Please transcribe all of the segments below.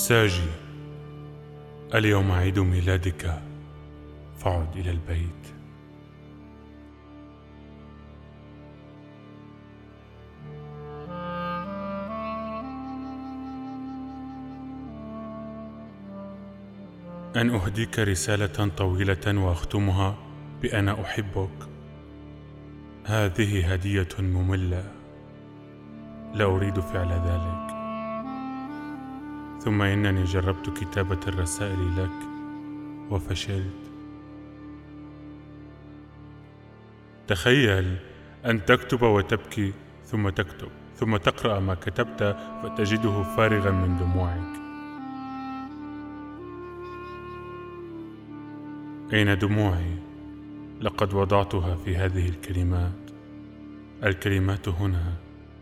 ساجي، اليوم عيد ميلادك، فعد إلى البيت. أن أهديك رسالة طويلة وأختمها بأنا أحبك، هذه هدية مملة، لا أريد فعل ذلك. ثم إنني جربت كتابة الرسائل لك وفشلت. تخيل أن تكتب وتبكي، ثم تكتب، ثم تقرأ ما كتبت فتجده فارغا من دموعك. أين دموعي؟ لقد وضعتها في هذه الكلمات. الكلمات هنا،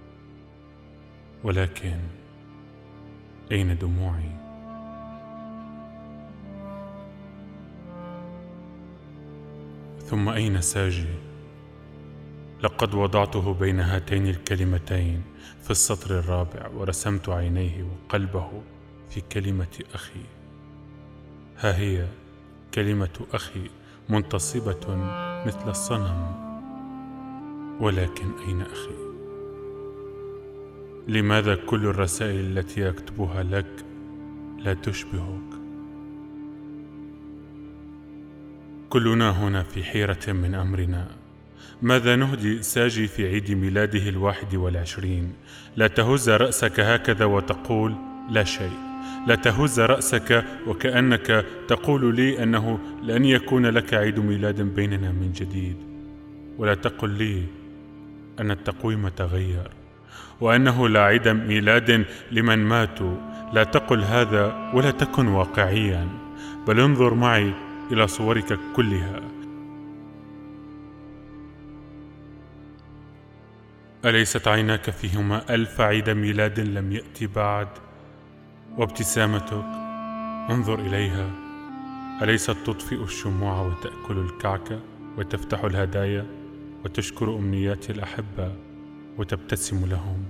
ولكن أين دموعي؟ ثم أين ساجي؟ لقد وضعته بين هاتين الكلمتين في السطر الرابع، ورسمت عينيه وقلبه في كلمة أخي. ها هي كلمة أخي منتصبة مثل الصنم، ولكن أين أخي؟ لماذا كل الرسائل التي أكتبها لك لا تشبهك؟ كلنا هنا في حيرة من أمرنا. ماذا نهدي ساجي في عيد ميلاده 21؟ لا تهز رأسك هكذا وتقول لا شيء. لا تهز رأسك وكأنك تقول لي أنه لن يكون لك عيد ميلاد بيننا من جديد. ولا تقل لي أن التقويم تغير وأنه لا عيد ميلاد لمن ماتوا. لا تقل هذا ولا تكن واقعيا، بل انظر معي إلى صورك كلها. أليست عيناك فيهما 1000 عيد ميلاد لم يأتي بعد؟ وابتسامتك، انظر إليها، أليست تطفئ الشموع وتأكل الكعك وتفتح الهدايا وتشكر أمنيات الأحبة وتبتسم لهم؟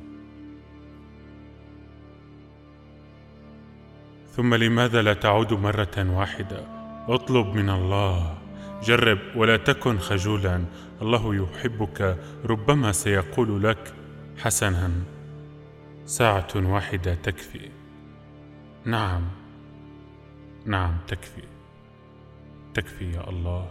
ثم لماذا لا تعود مرة واحدة؟ اطلب من الله، جرب ولا تكن خجولا. الله يحبك، ربما سيقول لك حسنا، ساعة واحدة تكفي. نعم تكفي يا الله.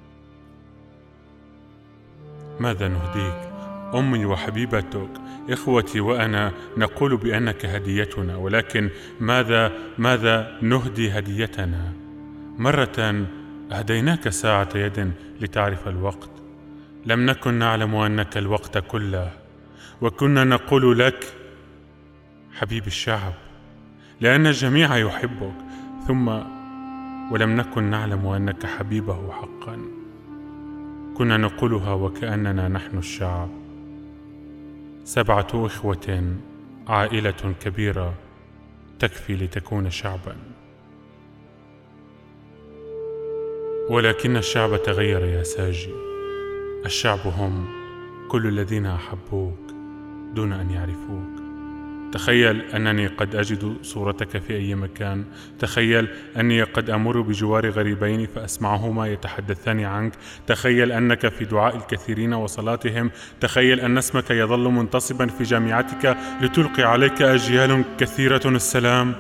ماذا نهديك؟ أمي وحبيبتك، إخوتي وأنا نقول بأنك هديتنا، ولكن ماذا نهدي هديتنا؟ مرة أهديناك ساعة يد لتعرف الوقت، لم نكن نعلم أنك الوقت كله، وكنا نقول لك حبيب الشعب لأن الجميع يحبك، ولم نكن نعلم أنك حبيبه حقا. كنا نقولها وكأننا نحن الشعب، 7 إخوة، عائلة كبيرة تكفي لتكون شعبا. ولكن الشعب تغير يا ساجي. الشعب هم كل الذين أحبوك دون أن يعرفوك. تخيل أنني قد أجد صورتك في أي مكان. تخيل أني قد أمر بجوار غريبين فأسمعهما يتحدثان عنك. تخيل أنك في دعاء الكثيرين وصلاتهم. تخيل أن اسمك يظل منتصبا في جامعتك لتلقي عليك أجيال كثيرة السلام.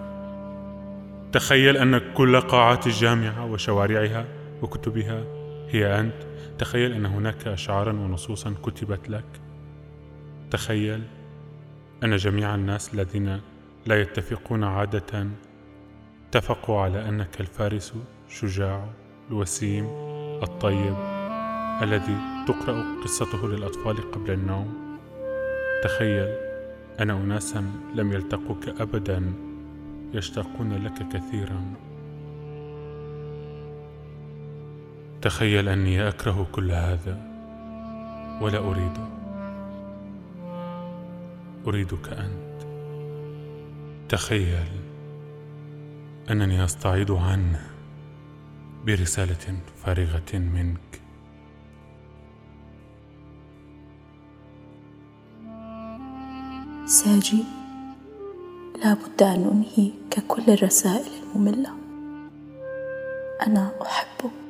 تخيل أن كل قاعات الجامعة وشوارعها وكتبها هي أنت. تخيل أن هناك أشعارا ونصوصا كتبت لك. تخيل أن جميع الناس الذين لا يتفقون عادة اتفقوا على أنك الفارس الشجاع الوسيم الطيب الذي تقرأ قصته للأطفال قبل النوم. تخيل أن أناسا لم يلتقوك أبدا يشتاقون لك كثيرا. تخيل أني أكره كل هذا ولا أريدك أنت. تخيل أنني أستعيض عنه برسالة فارغة منك. ساجي، لا بد أن أنهي ككل الرسائل المملة. أنا أحبك.